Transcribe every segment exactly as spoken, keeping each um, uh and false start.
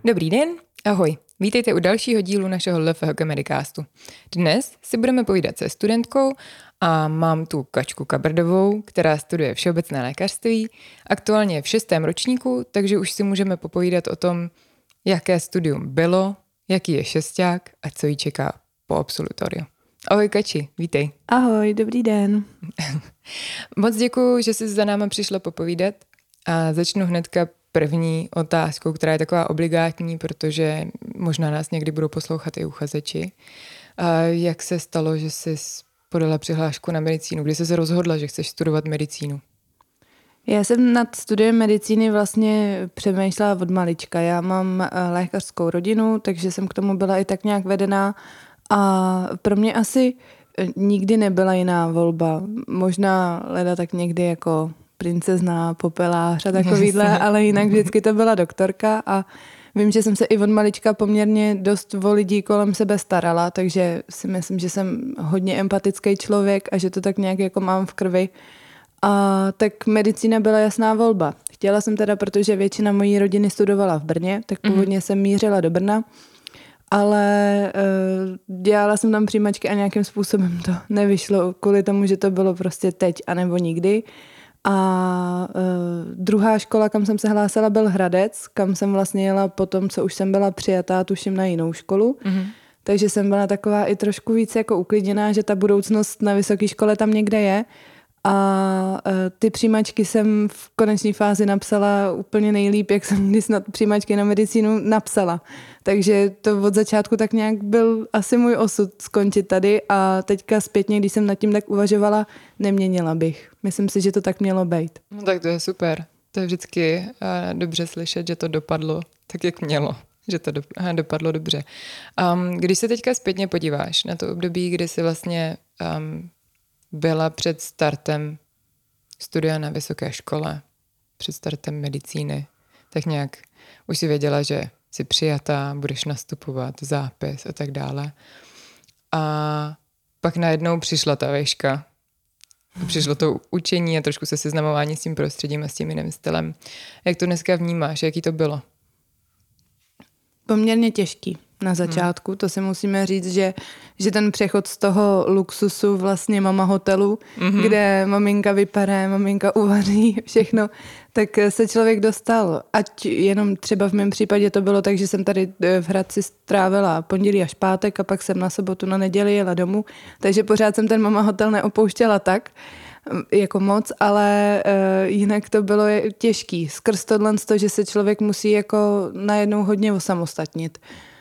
Dobrý den, ahoj. Vítejte u dalšího dílu našeho L F H K Medicastu. Dnes si budeme povídat se studentkou a mám tu Kačku Kabrdovou, která studuje všeobecné lékařství. Aktuálně je v šestém ročníku, takže už si můžeme popovídat o tom, jaké studium bylo, jaký je šesták a co jí čeká po absolutoriu. Ahoj Kači, vítej. Ahoj, dobrý den. Moc děkuju, že jsi za náma přišla popovídat a začnu hnedka první otázkou, která je taková obligátní, protože možná nás někdy budou poslouchat i uchazeči. A jak se stalo, že jsi podala přihlášku na medicínu? Kdy jsi se rozhodla, že chceš studovat medicínu? Já jsem nad studiem medicíny vlastně přemýšlela od malička. Já mám lékařskou rodinu, takže jsem k tomu byla i tak nějak vedená a pro mě asi nikdy nebyla jiná volba. Možná leda tak někdy jako princezna, popelář a takovýhle, ale jinak vždycky to byla doktorka a vím, že jsem se i od malička poměrně dost o lidí kolem sebe starala, takže si myslím, že jsem hodně empatický člověk a že to tak nějak jako mám v krvi. A tak medicína byla jasná volba. Chtěla jsem teda, protože většina mojí rodiny studovala v Brně, tak původně jsem mířila do Brna, ale uh, dělala jsem tam přijímačky a nějakým způsobem to nevyšlo kvůli tomu, že to bylo prostě teď a nebo nikdy. A uh, druhá škola, kam jsem se hlásila, byl Hradec, kam jsem vlastně jela po tom, co už jsem byla přijatá, tuším na jinou školu. Mm-hmm. Takže jsem byla taková i trošku víc jako uklidněná, že ta budoucnost na vysoké škole tam někde je. A uh, ty přijímačky jsem v konečné fázi napsala úplně nejlíp, jak jsem kdy snad přijímačky na medicínu napsala. Takže to od začátku tak nějak byl asi můj osud skončit tady a teďka zpětně, když jsem nad tím tak uvažovala, neměnila bych. Myslím si, že to tak mělo být. No tak to je super. To je vždycky uh, dobře slyšet, že to dopadlo tak, jak mělo. Že to do, uh, dopadlo dobře. Um, když se teďka zpětně podíváš na to období, kdy jsi vlastně um, byla před startem studia na vysoké škole, před startem medicíny, tak nějak už si věděla, že jsi přijatá, budeš nastupovat, zápis a tak dále. A pak najednou přišla ta vejška. Přišlo to učení a trošku se seznamování s tím prostředím a s tím jiným stylem. Jak to dneska vnímáš? Jaký to bylo? Poměrně těžký na začátku, hmm. to si musíme říct, že, že ten přechod z toho luxusu vlastně mama hotelu, mm-hmm. kde maminka vypere, maminka uvaří, všechno, tak se člověk dostal, ať jenom třeba v mém případě to bylo tak, že jsem tady v Hradci strávila pondělí až pátek a pak jsem na sobotu, na neděli jela domů, takže pořád jsem ten mama hotel neopouštěla tak, jako moc, ale uh, jinak to bylo těžký. Skrz tohle, že se člověk musí jako najednou hodně osamostatnit.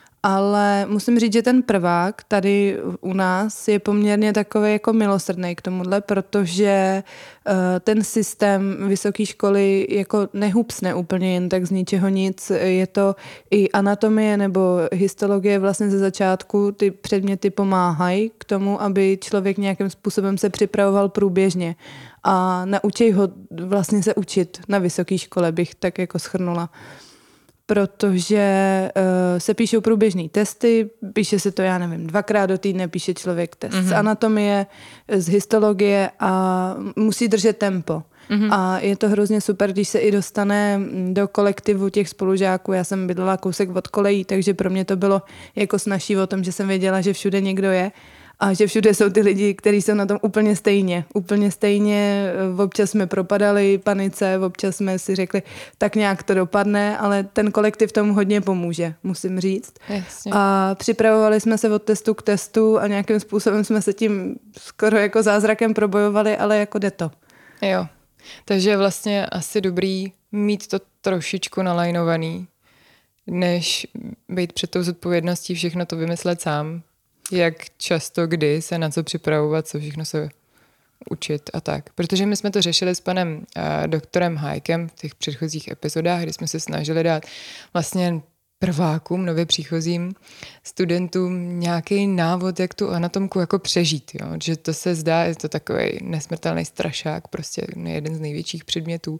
Ale musím říct, že ten prvák tady u nás je poměrně takový jako milosrdný k tomuhle, protože uh, ten systém vysoké školy jako nehupsne úplně jen tak z ničeho nic. Je to i anatomie nebo histologie vlastně ze začátku, ty předměty pomáhají k tomu, aby člověk nějakým způsobem se připravoval průběžně. A naučí ho vlastně se učit na vysoké škole, bych tak jako shrnula. Protože uh, se píšou průběžný testy, píše se to, já nevím, dvakrát do týdne píše člověk test mm-hmm. z anatomie, z histologie a musí držet tempo. Mm-hmm. A je to hrozně super, když se i dostane do kolektivu těch spolužáků. Já jsem bydlela kousek od kolejí, takže pro mě to bylo jako snazší o tom, že jsem věděla, že všude někdo je. A že všude jsou ty lidi, kteří jsou na tom úplně stejně. Úplně stejně, občas jsme propadali panice, občas jsme si řekli, tak nějak to dopadne, ale ten kolektiv tomu hodně pomůže, musím říct. Jasně. A připravovali jsme se od testu k testu a nějakým způsobem jsme se tím skoro jako zázrakem probojovali, ale jako jde to. Jo, takže je vlastně asi dobrý mít to trošičku nalajnovaný, než být před tou zodpovědností všechno to vymyslet sám. Jak často, kdy se na co připravovat, co všechno se učit a tak. Protože my jsme to řešili s panem uh, doktorem Hajkem v těch předchozích epizodách, kdy jsme se snažili dát vlastně prvákům, nově příchozím studentům nějaký návod, jak tu anatomku jako přežít. Jo? Že to se zdá, je to takový nesmrtelný strašák, prostě jeden z největších předmětů.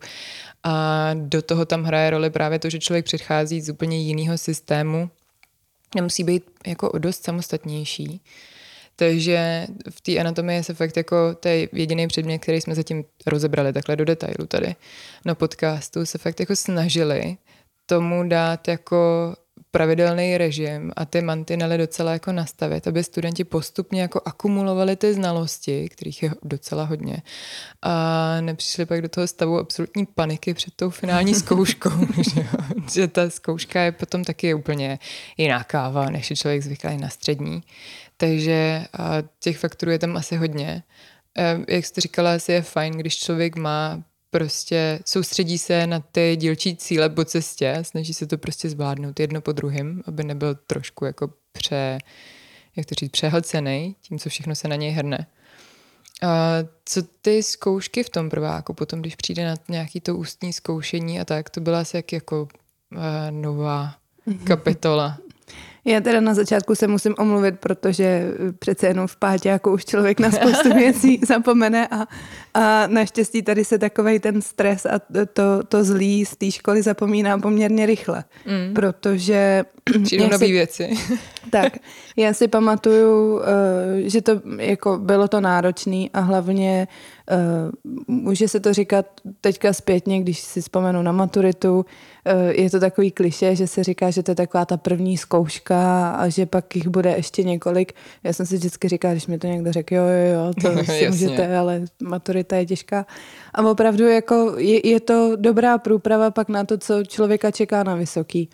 A do toho tam hraje roli právě to, že člověk přichází z úplně jiného systému, nemusí být jako o dost samostatnější. Takže v té anatomii se fakt jako, to je jediný předmět, který jsme zatím rozebrali takhle do detailu tady na podcastu, se fakt jako snažili tomu dát jako pravidelný režim a ty mantinely docela jako nastavit, aby studenti postupně jako akumulovali ty znalosti, kterých je docela hodně, a nepřišli pak do toho stavu absolutní paniky před tou finální zkouškou, že, že ta zkouška je potom taky úplně jiná káva, než je člověk zvyklý na střední. Takže těch faktorů je tam asi hodně. Jak jste říkala, asi je fajn, když člověk má prostě soustředí se na ty dílčí cíle po cestě, snaží se to prostě zvládnout jedno po druhém, aby nebyl trošku jako pře, jak to říct, přehlcenej tím, co všechno se na něj hrne. A co ty zkoušky v tom prváku, potom když přijde na nějaký to ústní zkoušení a tak, to byla asi jak jako uh, nová kapitola. Já teda na začátku se musím omluvit, protože přece jenom v páťáku už člověk na spoustu věcí zapomene a, a naštěstí tady se takovej ten stres a to, to zlý z té školy zapomíná poměrně rychle, mm. protože... Přijdou nové věci. Tak, já si pamatuju, že to jako bylo to náročný a hlavně může se to říkat teďka zpětně, když si vzpomenu na maturitu, je to takový klišé, že se říká, že to je taková ta první zkouška a že pak jich bude ještě několik. Já jsem si vždycky říkala, když mi to někdo řekl, jo, jo, jo, to si můžete, ale maturita je těžká. A opravdu jako je, je to dobrá průprava pak na to, co člověka čeká na vysoký.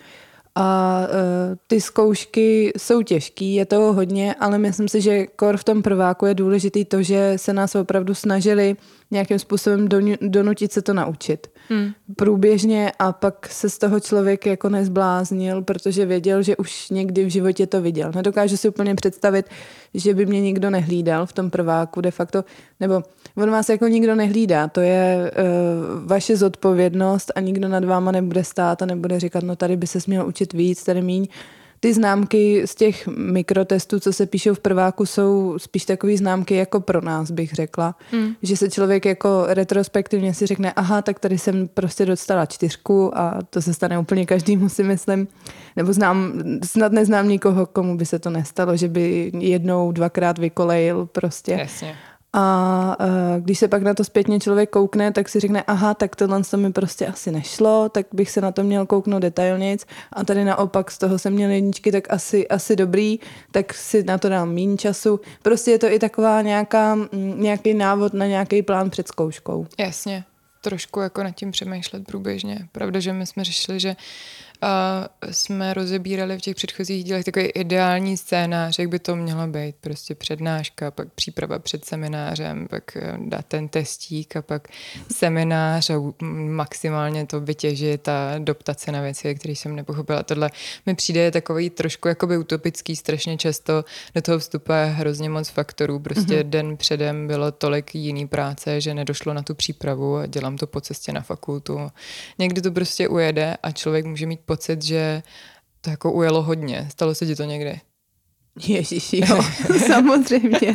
A uh, ty zkoušky jsou těžký, je toho hodně, ale myslím si, že kor v tom prváku je důležitý to, že se nás opravdu snažili nějakým způsobem donutit se to naučit. Hmm. Průběžně a pak se z toho člověk jako nezbláznil, protože věděl, že už někdy v životě to viděl. Nedokážu si úplně představit, že by mě nikdo nehlídal v tom prváku de facto, nebo on vás jako nikdo nehlídá, to je uh, vaše zodpovědnost a nikdo nad váma nebude stát a nebude říkat, no tady by ses měl učit víc, tady míň. Ty známky z těch mikrotestů, co se píšou v prváku, jsou spíš takový známky jako pro nás, bych řekla. Mm. Že se člověk jako retrospektivně si řekne, aha, tak tady jsem prostě dostala čtyřku a to se stane úplně každému, si myslím. Nebo znám, snad neznám nikoho, komu by se to nestalo, že by jednou, dvakrát vykolejil prostě. Jasně. A když se pak na to zpětně člověk koukne, tak si řekne, aha, tak tohle to mi prostě asi nešlo, tak bych se na to měl kouknout detailnějc a tady naopak z toho jsem měl jedničky, tak asi, asi dobrý, tak si na to dám méně času. Prostě je to i taková nějaká, nějaký návod na nějaký plán před zkouškou. Jasně, trošku jako nad tím přemýšlet průběžně. Pravda, že my jsme řešili, že a jsme rozebírali v těch předchozích dílech takový ideální scénář, jak by to mělo být. Prostě přednáška, pak příprava před seminářem, pak dát ten testík a pak seminář a maximálně to vytěžit a doptat se na věci, které jsem nepochopila. Tohle mi přijde takový trošku jakoby utopický, strašně často do toho vstupuje hrozně moc faktorů. Prostě mm-hmm. den předem bylo tolik jiný práce, že nedošlo na tu přípravu a dělám to po cestě na fakultu. Někdy to prostě ujede a člověk může mít pocit, že to jako ujelo hodně. Stalo se ti to někdy? Ježiši, jo, samozřejmě.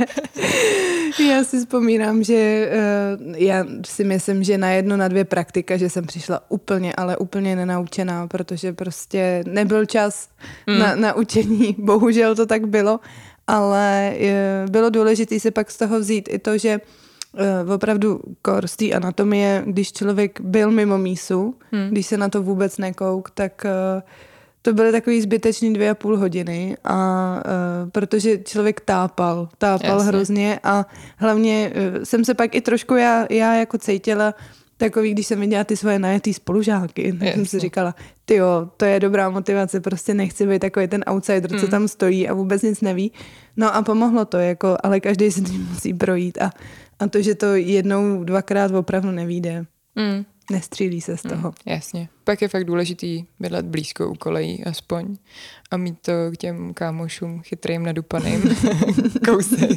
Já si vzpomínám, že uh, já si myslím, že na jedno, na dvě praktika, že jsem přišla úplně, ale úplně nenaučená, protože prostě nebyl čas mm. na, na učení. Bohužel to tak bylo, ale uh, bylo důležité si pak z toho vzít i to, že uh, opravdu kor z té anatomie, když člověk byl mimo mísu, mm. když se na to vůbec nekouk, tak uh, to byly takový zbytečný dvě a půl hodiny a uh, protože člověk tápal, tápal Jasně. hrozně a hlavně uh, jsem se pak i trošku já, já jako cítila takový, když jsem viděla ty svoje najetý spolužáky, tak jsem si říkala, tyjo, to je dobrá motivace, prostě nechci být takový ten outsider, hmm. co tam stojí a vůbec nic neví. No a pomohlo to, jako, ale každý si tím musí projít a, a to, že to jednou, dvakrát opravdu nevyjde. Hmm. Nestřílí se z toho. Hmm, jasně. Pak je fakt důležitý bydlet blízko u kolejí aspoň a mít to k těm kámošům chytrým nadupaným kousek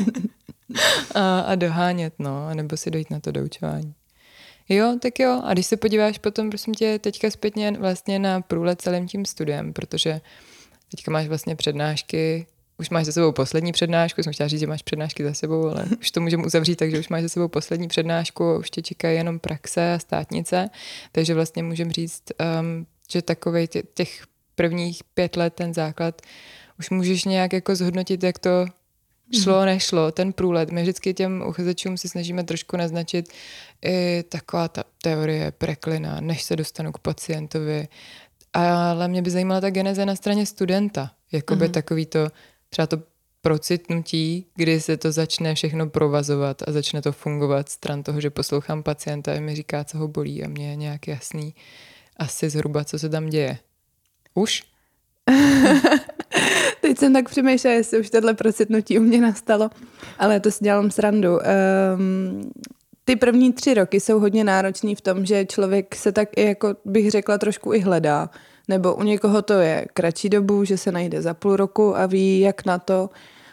a, a dohánět, no, nebo si dojít na to doučování. Jo, tak jo. A když se podíváš potom, prosím tě, teďka zpětně vlastně na průlet celým tím studiem, protože teďka máš vlastně přednášky, už máš za sebou poslední přednášku, jsem chtěla říct, že máš přednášky za sebou, ale už to můžeme uzavřít, takže už máš za sebou poslední přednášku a už tě čekají jenom praxe a státnice, takže vlastně můžeme říct, um, že takovej těch prvních pět let ten základ už můžeš nějak jako zhodnotit, jak to šlo, nešlo, ten průlet. My vždycky těm uchazečům si snažíme trošku naznačit i taková ta teorie preklina, než se dostanu k pacientovi, Ale mě by zajímala ta geneze na straně studenta. Jakoby mm. takový to, třeba to procitnutí, kdy se to začne všechno provazovat a začne to fungovat stran toho, že poslouchám pacienta a mi říká, co ho bolí a mně je nějak jasný asi zhruba, co se tam děje. Už? Teď jsem tak přemýšlela, jestli už tohle procitnutí u mě nastalo, ale to si dělám srandu. Um, ty první tři roky jsou hodně náročný v tom, že člověk se tak i jako bych řekla trošku i hledá. Nebo u někoho to je kratší dobu, že se najde za půl roku a ví, jak na to.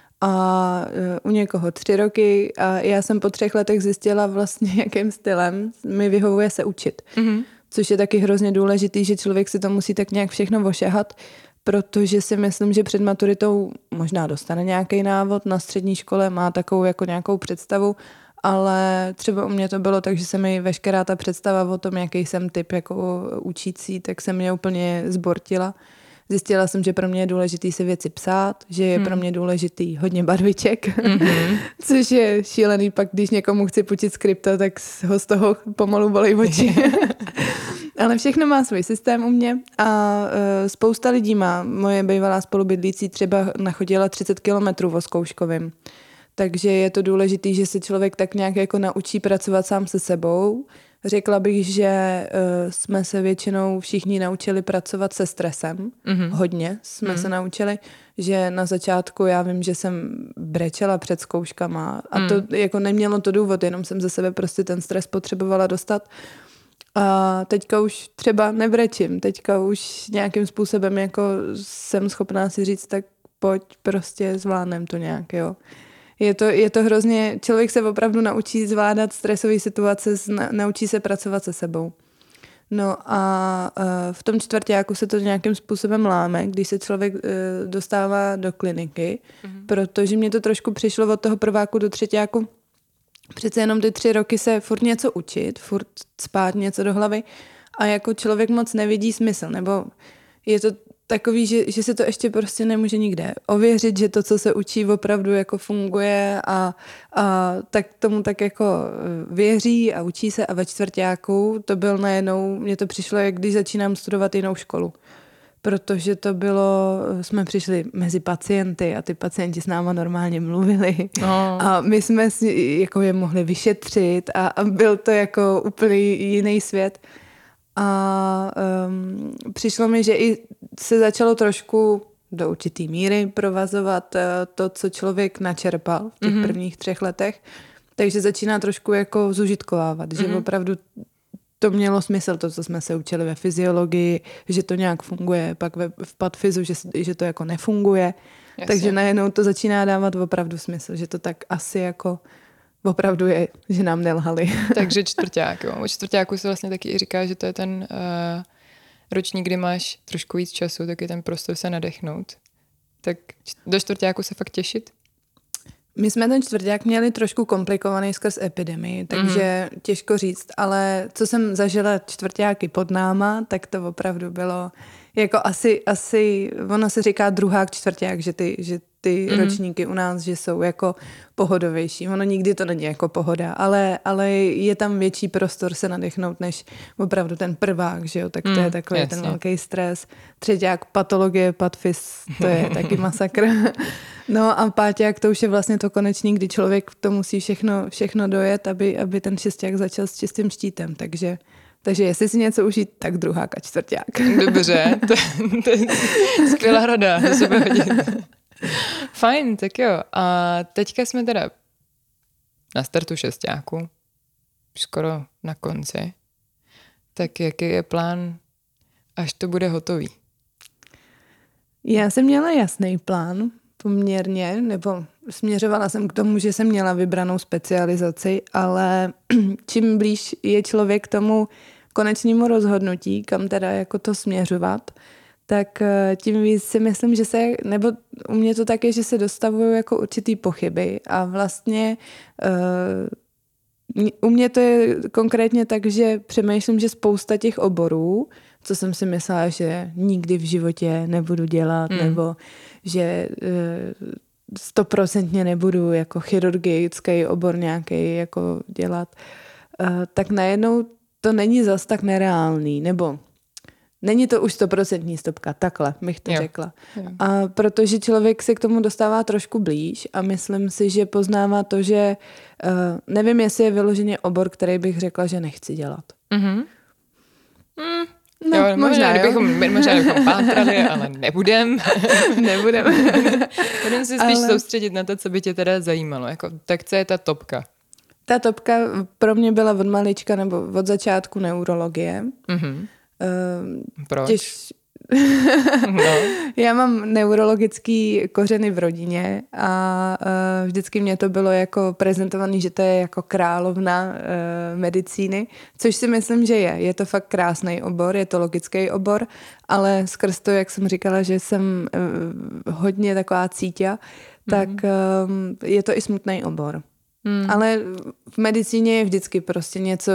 A u někoho tři roky. A já jsem po třech letech zjistila vlastně, jakým stylem mi vyhovuje se učit. Mm-hmm. Což je taky hrozně důležitý, že člověk si to musí tak nějak všechno ošahat, protože si myslím, že před maturitou možná dostane nějaký návod, na střední škole má takovou jako nějakou představu, ale třeba u mě to bylo tak, že se mi veškerá ta představa o tom, jaký jsem typ jako učící, tak se mě úplně zbortila. Zjistila jsem, že pro mě je důležitý si věci psát, že je hmm. pro mě důležitý hodně barviček, mm-hmm. což je šílený, pak když někomu chci půjčit skripta, tak ho z toho pomalu bolej oči. Ale všechno má svůj systém u mě a uh, spousta lidí má. Moje bývalá spolubydlící třeba nachodila třicet kilometrů o zkouškovým. Takže je to důležitý, že se člověk tak nějak jako naučí pracovat sám se sebou. Řekla bych, že uh, jsme se většinou všichni naučili pracovat se stresem. Mm-hmm. Hodně jsme mm. se naučili, že na začátku já vím, že jsem brečela před zkouškama a mm. to jako nemělo to důvod, jenom jsem ze sebe prostě ten stres potřebovala dostat. A teďka už třeba nebrečím, teďka už nějakým způsobem jako jsem schopná si říct, tak pojď, prostě zvládnem to nějak, jo. Je to, je to hrozně, člověk se opravdu naučí zvládat stresové situace, naučí se pracovat se sebou. No a v tom čtvrťáku se to nějakým způsobem láme, když se člověk dostává do kliniky, mm-hmm. protože mě to trošku přišlo od toho prváku do třetíku. Přece jenom ty tři roky se furt něco učit, furt spát něco do hlavy a jako člověk moc nevidí smysl, nebo je to takový, že, že se to ještě prostě nemůže nikde ověřit, že to, co se učí, opravdu jako funguje a, a tak tomu tak jako věří a učí se a ve čtvrťáku to byl najednou, mně to přišlo, jak když začínám studovat jinou školu. Protože to bylo, jsme přišli mezi pacienty a ty pacienti s náma normálně mluvili no. a my jsme si jako je mohli vyšetřit a, a byl to jako úplně jiný svět. A um, přišlo mi, že i se začalo trošku do určitý míry provazovat uh, to, co člověk načerpal v těch mm-hmm. prvních třech letech. Takže začíná trošku jako zužitkovávat, mm-hmm. že opravdu to mělo smysl, to, co jsme se učili ve fyziologii, že to nějak funguje, pak ve, v patfyzu, že, že to jako nefunguje. Jasně. Takže najednou to začíná dávat opravdu smysl, že to tak asi jako opravdu je, že nám nelhali. Takže čtvrťák, jo. O čtvrťáku se vlastně taky říká, že to je ten uh, ročník, kdy máš trošku víc času, tak je ten prostor se nadechnout. Tak do čtvrťáku se fakt těšit? My jsme ten čtvrťák měli trošku komplikovaný skrz epidemii, takže mm-hmm. těžko říct, ale co jsem zažila čtvrťáky pod náma, tak to opravdu bylo jako asi, asi ono se říká druhák čtvrťák, že ty, že ty mm-hmm. ročníky u nás, že jsou jako pohodovější. Ono nikdy to není jako pohoda, ale, ale je tam větší prostor se nadechnout, než opravdu ten prvák, že jo, tak to mm, je takový jasně. ten velký stres. Třeťák patologie, patfys, to je taky masakr. No a páťák, to už je vlastně to konečný, kdy člověk to musí všechno, všechno dojet, aby, aby ten šesťák začal s čistým štítem, takže Takže jestli si něco užít, tak druhák a čtvrťák. Dobře, to, to je skvělá rada, to se bude hodit. Fajn, tak jo. A teďka jsme teda na startu šesťáku, skoro na konci. Tak jaký je plán, až to bude hotový? Já jsem měla jasný plán, poměrně, nebo směřovala jsem k tomu, že jsem měla vybranou specializaci, ale čím blíž je člověk k tomu konečnému rozhodnutí, kam teda jako to směřovat, tak tím víc si myslím, že se, nebo u mě to tak je, že se dostavují jako určitý pochyby a vlastně uh, u mě to je konkrétně tak, že přemýšlím, že spousta těch oborů, co jsem si myslela, že nikdy v životě nebudu dělat, mm. nebo že stoprocentně uh, nebudu jako chirurgický obor nějaký jako dělat, uh, tak najednou to není zas tak nereálný, nebo není to už stoprocentní stopka, takhle bych to jo. řekla. Jo. A protože člověk se k tomu dostává trošku blíž a myslím si, že poznává to, že uh, nevím, jestli je vyloženě obor, který bych řekla, že nechci dělat. Mm-hmm. Mm. No, jo, možná, možná, jo. kdybychom, možná bychom pátrali, ale nebudem. Nebudem. Budeme se spíš ale... soustředit na to, co by tě teda zajímalo. Jako, tak co je ta topka? Ta topka pro mě byla od malička nebo od začátku neurologie. Mm-hmm. Uh, Proč? Těž... no. Já mám neurologický kořeny v rodině a uh, vždycky mě to bylo jako prezentovaný, že to je jako královna uh, medicíny, což si myslím, že je. Je to fakt krásný obor, je to logický obor, ale skrz to, jak jsem říkala, že jsem uh, hodně taková cítia, mm-hmm. tak um, je to i smutný obor. Mm. Ale v medicíně je vždycky prostě něco,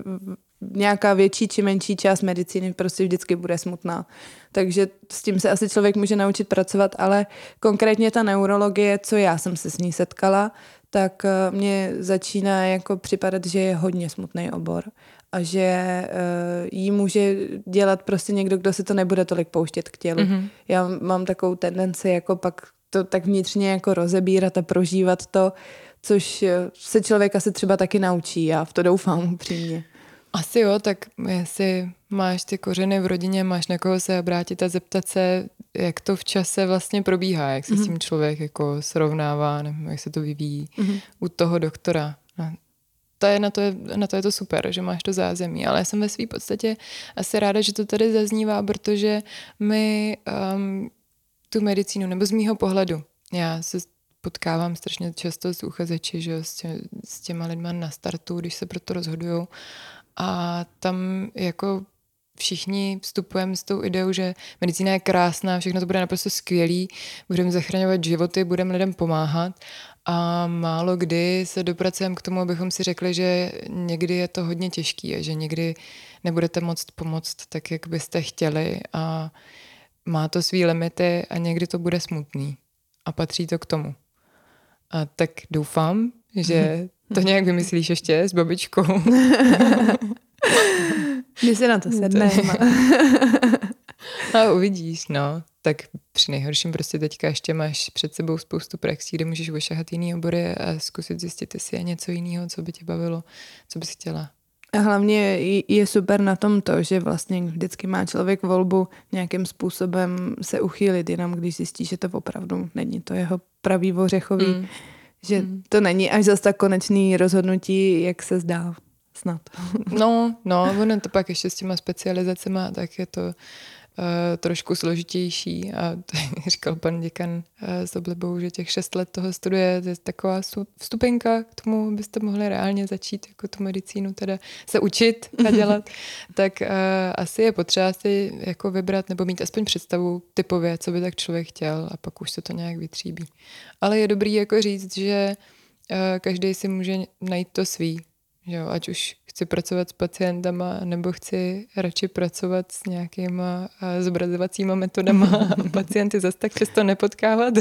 nějaká větší či menší část medicíny prostě vždycky bude smutná. Takže s tím se asi člověk může naučit pracovat, ale konkrétně ta neurologie, co já jsem se s ní setkala, tak mně začíná jako připadat, že je hodně smutný obor a že uh, jí může dělat prostě někdo, kdo si to nebude tolik pouštět k tělu. Mm-hmm. Já mám takovou tendenci jako pak to tak vnitřně jako rozebírat a prožívat to, což se člověk asi třeba taky naučí. Já v to doufám upřímně. Asi jo, tak jestli máš ty kořeny v rodině, máš na koho se obrátit a zeptat se, jak to v čase vlastně probíhá, jak se mm-hmm. s tím člověk jako srovnává, nebo jak se to vyvíjí mm-hmm. u toho doktora. A to je, na, to je, na to je to super, že máš to zázemí, ale já jsem ve své podstatě asi ráda, že to tady zaznívá, protože my um, tu medicínu, nebo z mýho pohledu, já se potkávám strašně často s uchazeči, že s, tě, s těma lidma na startu, když se pro to rozhodujou. A tam jako všichni vstupujeme s tou ideou, že medicína je krásná, všechno to bude naprosto skvělý, budeme zachraňovat životy, budeme lidem pomáhat a málo kdy se dopracujeme k tomu, abychom si řekli, že někdy je to hodně těžký a že někdy nebudete moct pomoct tak, jak byste chtěli a má to svý limity a někdy to bude smutný a patří to k tomu. A tak doufám, že to nějak vymyslíš ještě s babičkou. Když se na to sedneme. A uvidíš, no. Tak při nejhorším prostě teďka ještě máš před sebou spoustu praxí, kde můžeš ošahat jiný obory a zkusit zjistit, jestli je něco jiného, co by tě bavilo, co bys chtěla. A hlavně je super na tom to, že vlastně vždycky má člověk volbu nějakým způsobem se uchýlit, jenom když zjistí, že to opravdu není to jeho pravý ořechový. Mm. Že to není až zas tak konečný rozhodnutí, jak se zdá snad. No, no, ono to pak ještě s těma specializacema, tak je to uh, trošku složitější a to říkal pan děkan uh, s oblibou, že těch šest let toho studuje, to je taková vstupenka k tomu, abyste mohli reálně začít jako tu medicínu teda se učit a dělat, tak uh, asi je potřeba si jako vybrat nebo mít aspoň představu typově, co by tak člověk chtěl a pak už se to nějak vytříbí. Ale je dobrý jako říct, že uh, každý si může najít to svý, že jo, ať už chci pracovat s pacientama, nebo chci radši pracovat s nějakýma zobrazovacíma metodama a pacienty zase tak často nepotkávat,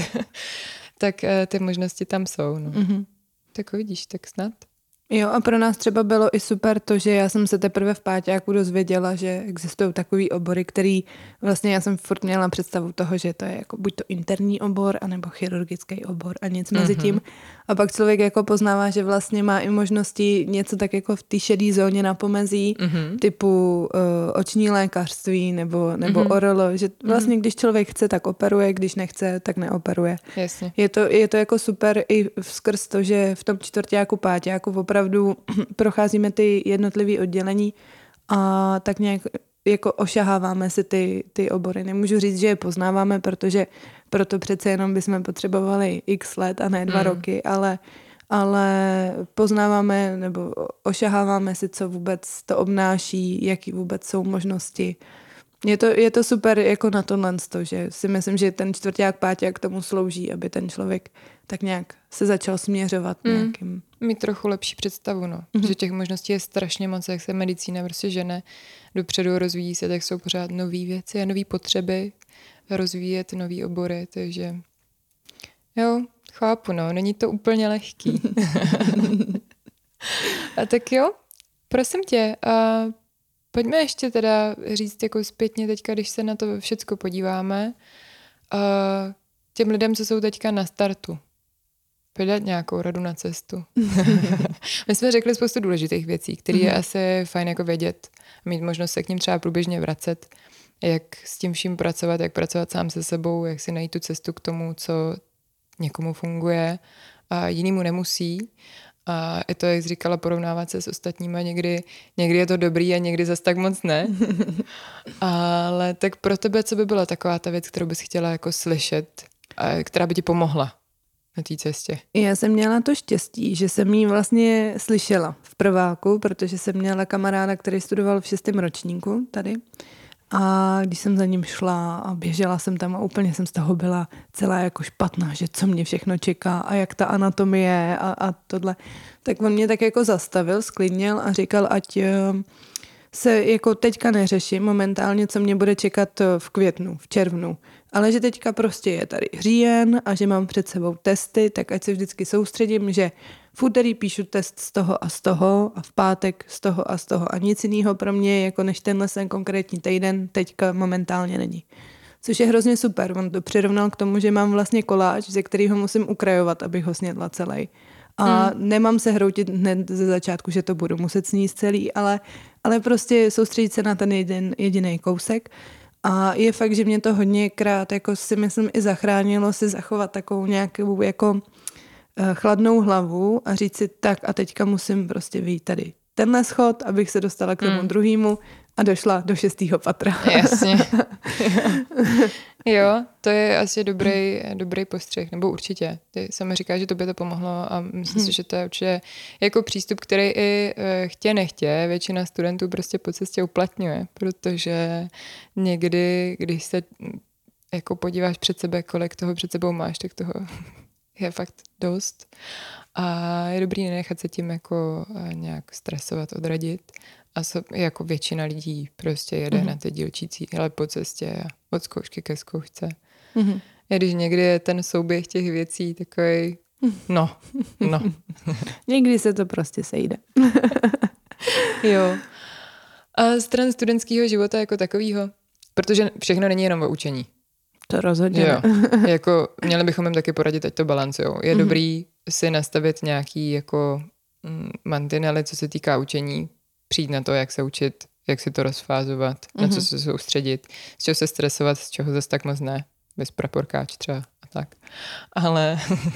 tak ty možnosti tam jsou. No. Mm-hmm. Tak vidíš, tak snad. Jo, a pro nás třeba bylo i super to, že já jsem se teprve v páťáku dozvěděla, že existují takový obory, který vlastně já jsem furt měla představu toho, že to je jako buď to interní obor, anebo chirurgický obor a nic mezi tím. Mm-hmm. A pak člověk jako poznává, že vlastně má i možnosti něco tak jako v té šedé zóně na pomezí, mm-hmm. typu uh, oční lékařství nebo, nebo mm-hmm. orolo, že vlastně když člověk chce, tak operuje, když nechce, tak neoperuje. Jasně. Je to, je to jako super i skrz to, že v tom čtvrťáku, páťáku opravdu procházíme ty jednotlivé oddělení a tak nějak jako ošaháváme si ty, ty obory. Nemůžu říct, že je poznáváme, protože proto přece jenom bychom potřebovali x let a ne dva mm. roky, ale, ale poznáváme nebo ošaháváme si, co vůbec to obnáší, jaký vůbec jsou možnosti. Je to, je to super jako na tohle, že si myslím, že ten čtvrťák, páťák tomu slouží, aby ten člověk tak nějak se začal směřovat mm. nějakým. Mít trochu lepší představu, no. Mm-hmm. Že těch možností je strašně moc, jak se medicína prostě žene dopředu, rozvíjí se, tak jsou pořád nový věci a nový potřeby rozvíjet nový obory, takže jo, chápu, no, není to úplně lehký. A tak jo, prosím tě, a pojďme ještě teda říct jako zpětně teďka, když se na to všecko podíváme, uh, těm lidem, co jsou teďka na startu, vydat nějakou radu na cestu. My jsme řekli spoustu důležitých věcí, které je asi fajn jako vědět, mít možnost se k ním třeba průběžně vracet, jak s tím vším pracovat, jak pracovat sám se sebou, jak si najít tu cestu k tomu, co někomu funguje a jinému nemusí. A je to, jak jsi říkala, porovnávat se s ostatníma. Někdy, někdy je to dobrý a někdy zas tak moc ne. Ale tak pro tebe, co by byla taková ta věc, kterou bys chtěla jako slyšet, a která by ti pomohla na té cestě? Já jsem měla to štěstí, že jsem jí vlastně slyšela v prváku, protože jsem měla kamaráda, který studoval v šestém ročníku tady. A když jsem za ním šla a běžela jsem tam a úplně jsem z toho byla celá jako špatná, že co mě všechno čeká a jak ta anatomie a, a tohle. Tak on mě tak jako zastavil, sklidnil a říkal, ať se jako teďka neřeším momentálně, co mě bude čekat v květnu, v červnu. Ale že teďka prostě je tady říjen a že mám před sebou testy, tak ať se vždycky soustředím, že v úterý píšu test z toho a z toho a v pátek z toho a z toho a nic jiného pro mě, jako než tenhle ten konkrétní týden, teďka momentálně není. Což je hrozně super. On to přirovnal k tomu, že mám vlastně koláč, ze kterého musím ukrajovat, abych ho snědla celý. A hmm. nemám se hroutit hned ze začátku, že to budu muset sníst celý, ale, ale prostě soustředit se na ten jeden jediný kousek. A je fakt, že mě to hodněkrát jako si myslím i zachránilo si zachovat takovou nějakou jako chladnou hlavu a říct si tak a teďka musím prostě vyjít tady tenhle schod, abych se dostala k tomu hmm. druhému a došla do šestého patra. Jasně. Jo, to je asi dobrý, dobrý postřeh, nebo určitě. Ty sami říkáš, že tobě to pomohlo a myslím hmm. si, že to je určitě jako přístup, který i chtě nechtě většina studentů prostě po cestě uplatňuje, protože někdy, když se jako podíváš před sebe, kolik toho před sebou máš, tak toho je fakt dost. A je dobrý nenechat se tím jako nějak stresovat, odradit. A so, jako většina lidí prostě jede mm-hmm. na ty dílčí cíle po cestě a od zkoušky ke zkoušce. Mm-hmm. A když někdy je ten souběh těch věcí takový, no, no. Někdy se to prostě sejde. Jo. A stran studentského života jako takového, protože všechno není jenom o učení. To rozhodně. Jo. Jako měli bychom jim taky poradit, ať to balancujou. Je mm-hmm. dobrý si nastavit nějaký jako mm, mantinely, co se týká učení, přijít na to, jak se učit, jak si to rozfázovat, mm-hmm. na co se soustředit, z čeho se stresovat, z čeho zase tak moc ne, bez praporkáč třeba a tak. Ale,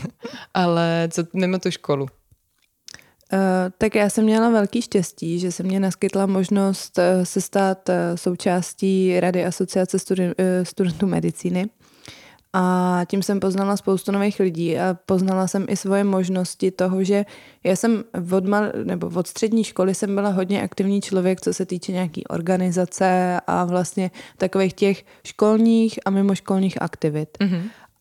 ale co mimo tu školu? Uh, tak já jsem měla velký štěstí, že se mě naskytla možnost uh, se stát uh, součástí Rady asociace studi- uh, studentů medicíny. A tím jsem poznala spoustu nových lidí a poznala jsem i svoje možnosti toho, že já jsem od, mal, nebo od střední školy jsem byla hodně aktivní člověk, co se týče nějaký organizace a vlastně takových těch školních a mimoškolních aktivit. Mm-hmm.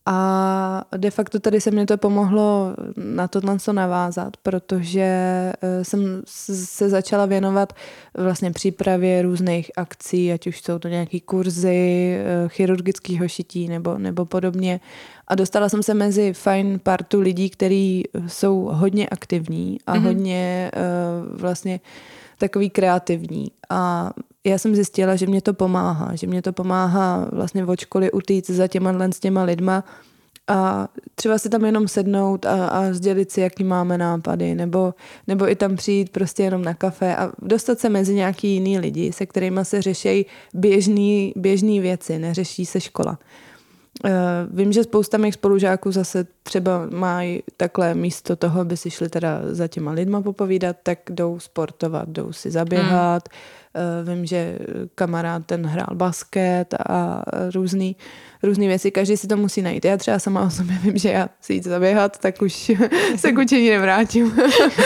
A de facto tady se mě to pomohlo na tohle co navázat, protože jsem se začala věnovat vlastně přípravě různých akcí, ať už jsou to nějaký kurzy chirurgického šití nebo, nebo podobně. A dostala jsem se mezi fajn partu lidí, kteří jsou hodně aktivní a mm-hmm. hodně vlastně takový kreativní. A já jsem zjistila, že mě to pomáhá, že mě to pomáhá vlastně od školy utýct za těma s těma lidma a třeba si tam jenom sednout a, a sdělit si, jaký máme nápady, nebo, nebo i tam přijít prostě jenom na kafe a dostat se mezi nějaký jiný lidi, se kterými se řeší běžný, běžný věci, neřeší se škola. Uh, vím, že spousta mých spolužáků zase třeba mají takhle místo toho, aby si šli teda za těma lidma popovídat, tak jdou sportovat, jdou si zaběhat. Mm. Uh, vím, že kamarád ten hrál basket a různý, různý věci. Každý si to musí najít. Já třeba sama o sobě vím, že já si jít zaběhat, tak už se k učení nevrátím.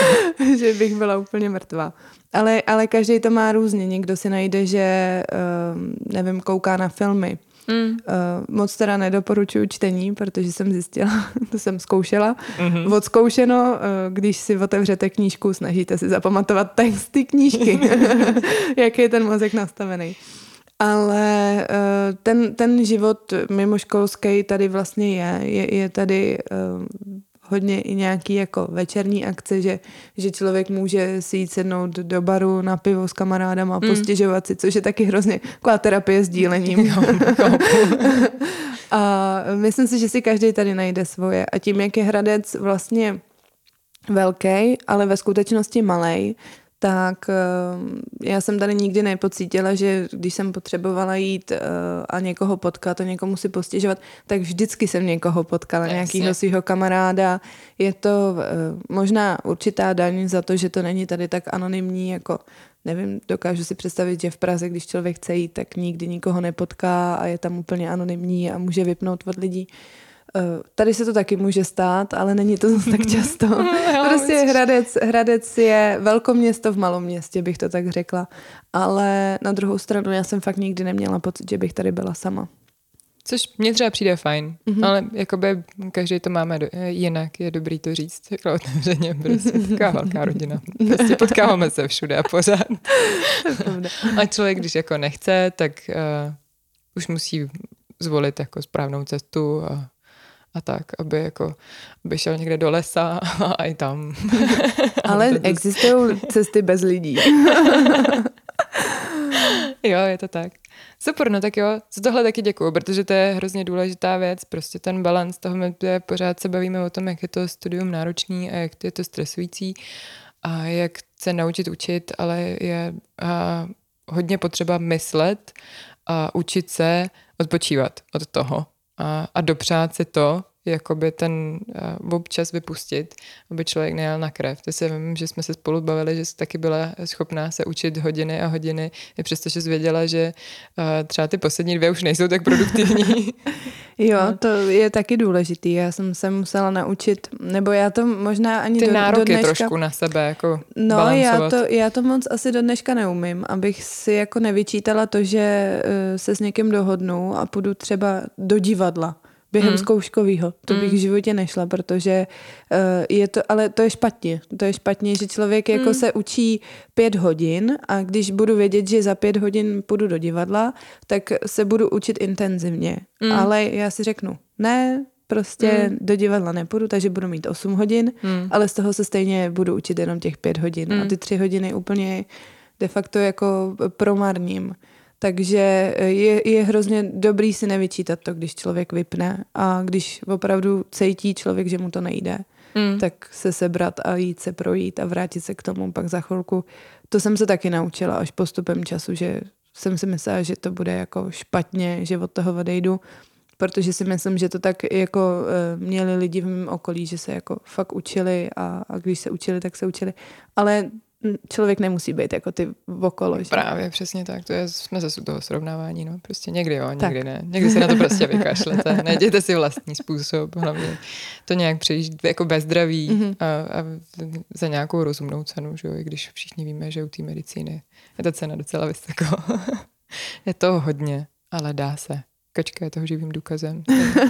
Že bych byla úplně mrtvá. Ale, ale každý to má různě. Někdo si najde, že uh, nevím, kouká na filmy. Mm. Uh, moc teda nedoporučuji čtení, protože jsem zjistila, to jsem zkoušela. Mm-hmm. Odzkoušeno, uh, když si otevřete knížku, snažíte si zapamatovat text ty knížky, jak je ten mozek nastavený. Ale uh, ten, ten život mimoškolský tady vlastně je. Je, je tady uh, hodně i nějaký jako večerní akce, že, že člověk může si jít sednout do baru na pivo s kamarádama a mm. postěžovat si, což je taky hrozně taková terapie s dílením. A myslím si, že si každý tady najde svoje. A tím, jak je Hradec vlastně velký, ale ve skutečnosti malej, tak já jsem tady nikdy nepocítila, že když jsem potřebovala jít a někoho potkat a někomu si postěžovat, tak vždycky jsem někoho potkala, yes, nějakého svého kamaráda. Je to možná určitá daň za to, že to není tady tak anonymní, jako nevím, dokážu si představit, že v Praze, když člověk chce jít, tak nikdy nikoho nepotká a je tam úplně anonymní a může vypnout od lidí. Tady se to taky může stát, ale není to zase tak často. Prostě Hradec, Hradec je velkoměsto v malom městě, bych to tak řekla. Ale na druhou stranu já jsem fakt nikdy neměla pocit, že bych tady byla sama. Což mně třeba přijde fajn, mm-hmm. ale jakoby každý to máme do, jinak, je dobrý to říct, takhle otevřeně, prostě taková velká rodina. Prostě potkáváme se všude a pořád. A člověk, když jako nechce, tak uh, už musí zvolit jako správnou cestu a a tak, aby jako aby šel někde do lesa a i tam. Ale existují cesty bez lidí. Jo, je to tak. Super, no tak jo, za tohle taky děkuju, protože to je hrozně důležitá věc, prostě ten balans toho, my pořád se bavíme o tom, jak je to studium náročný a jak je to stresující a jak se naučit učit, ale je a, hodně potřeba myslet a učit se odpočívat od toho. A, a dopřát si to, jakoby ten uh, občas vypustit, aby člověk nejel na krev. To si vím, že jsme se spolu bavili, že jsi taky byla schopná se učit hodiny a hodiny, i přesto, že jsi věděla, že uh, třeba ty poslední dvě už nejsou tak produktivní. Jo, to je taky důležitý. Já jsem se musela naučit, nebo já to možná ani ty do, nároky do dneška... trošku na sebe, jako No, balancovat. já to, já to moc asi do dneška neumím, abych si jako nevyčítala to, že uh, se s někým dohodnu a půjdu třeba do divadla během mm. zkouškovýho. To bych mm. v životě nešla, protože uh, je to, ale to je špatně. To je špatně, že člověk jako mm. se učí pět hodin a když budu vědět, že za pět hodin půjdu do divadla, tak se budu učit intenzivně. Mm. Ale já si řeknu, ne, prostě mm. do divadla nepůjdu, takže budu mít osm hodin, mm. ale z toho se stejně budu učit jenom těch pět hodin. Mm. A ty tři hodiny úplně de facto jako promarním. Takže je, je hrozně dobrý si nevyčítat to, když člověk vypne a když opravdu cítí člověk, že mu to nejde, mm. tak se sebrat a jít se projít a vrátit se k tomu pak za chvilku. To jsem se taky naučila až postupem času, že jsem si myslela, že to bude jako špatně, že od toho odejdu, protože si myslím, že to tak jako měli lidi v mém okolí, že se jako fakt učili a, a když se učili, tak se učili. Ale člověk nemusí být jako ty okolo. Že? Právě, přesně tak. To je, jsme zase u toho srovnávání. No. Prostě někdy jo, někdy tak. ne. Někdy se na to prostě vykašlete. Najděte si vlastní způsob. Hlavně to nějak přejít jako ve zdraví mm-hmm. a, a za nějakou rozumnou cenu. Že jo? I když všichni víme, že u té medicíny je ta cena docela vysoko. Je to hodně, ale dá se. Kačka je toho živým důkazem.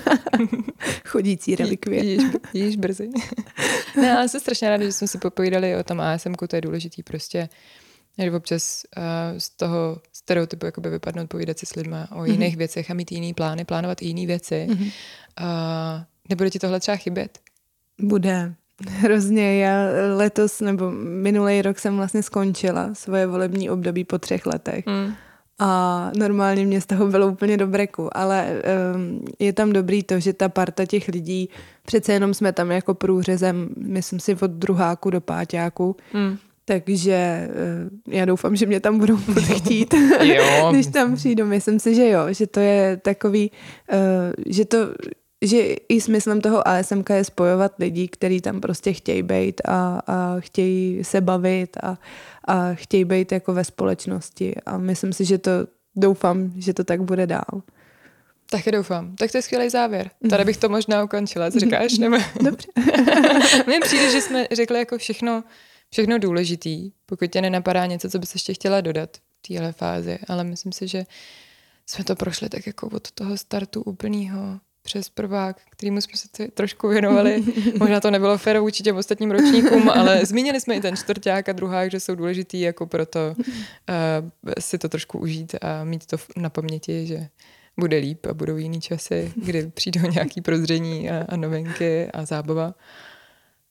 Chodící relikvie. Jíš, jíš brzy. Ne, ale jsem strašně ráda, že jsme si popovídali o tom á es emku, to je důležitý prostě, že občas uh, z toho stereotypu jakoby vypadnout, povídat si s lidma o mm-hmm. jiných věcech a mít jiný plány, plánovat i jiný věci. Mm-hmm. Uh, nebude ti tohle třeba chybět? Bude. Hrozně. Já letos, nebo minulý rok jsem vlastně skončila svoje volební období po třech letech. Mm. A normálně mě z toho bylo úplně do breku, ale um, je tam dobrý to, že ta parta těch lidí, přece jenom jsme tam jako průřezem, myslím si od druháku do páťáku, mm. takže uh, já doufám, že mě tam budou moc chtít, jo. Když tam přijdu. Myslím si, že jo, že to je takový, uh, že to že i smyslem toho á es emka je spojovat lidi, kteří tam prostě chtějí být a, a chtějí se bavit a, a chtějí být jako ve společnosti a myslím si, že to doufám, že to tak bude dál. Taky doufám. Tak to je skvělý závěr. Tady bych to možná ukončila, co říkáš? Nebo... Dobře. Mně přijde, že jsme řekli jako všechno, všechno důležitý, pokud tě nenapadá něco, co bys ještě chtěla dodat v téhle fázi, ale myslím si, že jsme to prošli tak jako od toho startu úplnýho přes prvák, kterýmu jsme se trošku věnovali. Možná to nebylo fér vůči těm ostatním ročníkům, ale zmínili jsme i ten čtvrťák a druhák, že jsou důležitý jako proto uh, si to trošku užít a mít to na paměti, že bude líp a budou jiný časy, kdy přijdou nějaký prozření a, a novinky a zábava.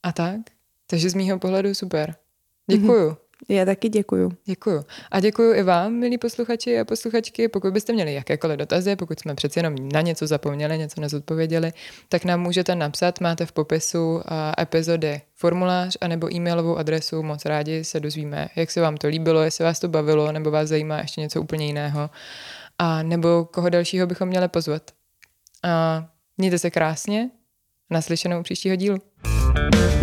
A tak? Takže z mýho pohledu super. Děkuju. Já taky děkuju. Děkuju. A děkuju i vám, milí posluchači a posluchačky. Pokud byste měli jakékoliv dotazy, pokud jsme přeci jenom na něco zapomněli, něco nezodpověděli, tak nám můžete napsat, máte v popisu epizody formulář anebo e-mailovou adresu. Moc rádi se dozvíme, jak se vám to líbilo, jestli vás to bavilo, nebo vás zajímá ještě něco úplně jiného. A nebo koho dalšího bychom měli pozvat. A mějte se krásně. Naslyšenou příštího dílu.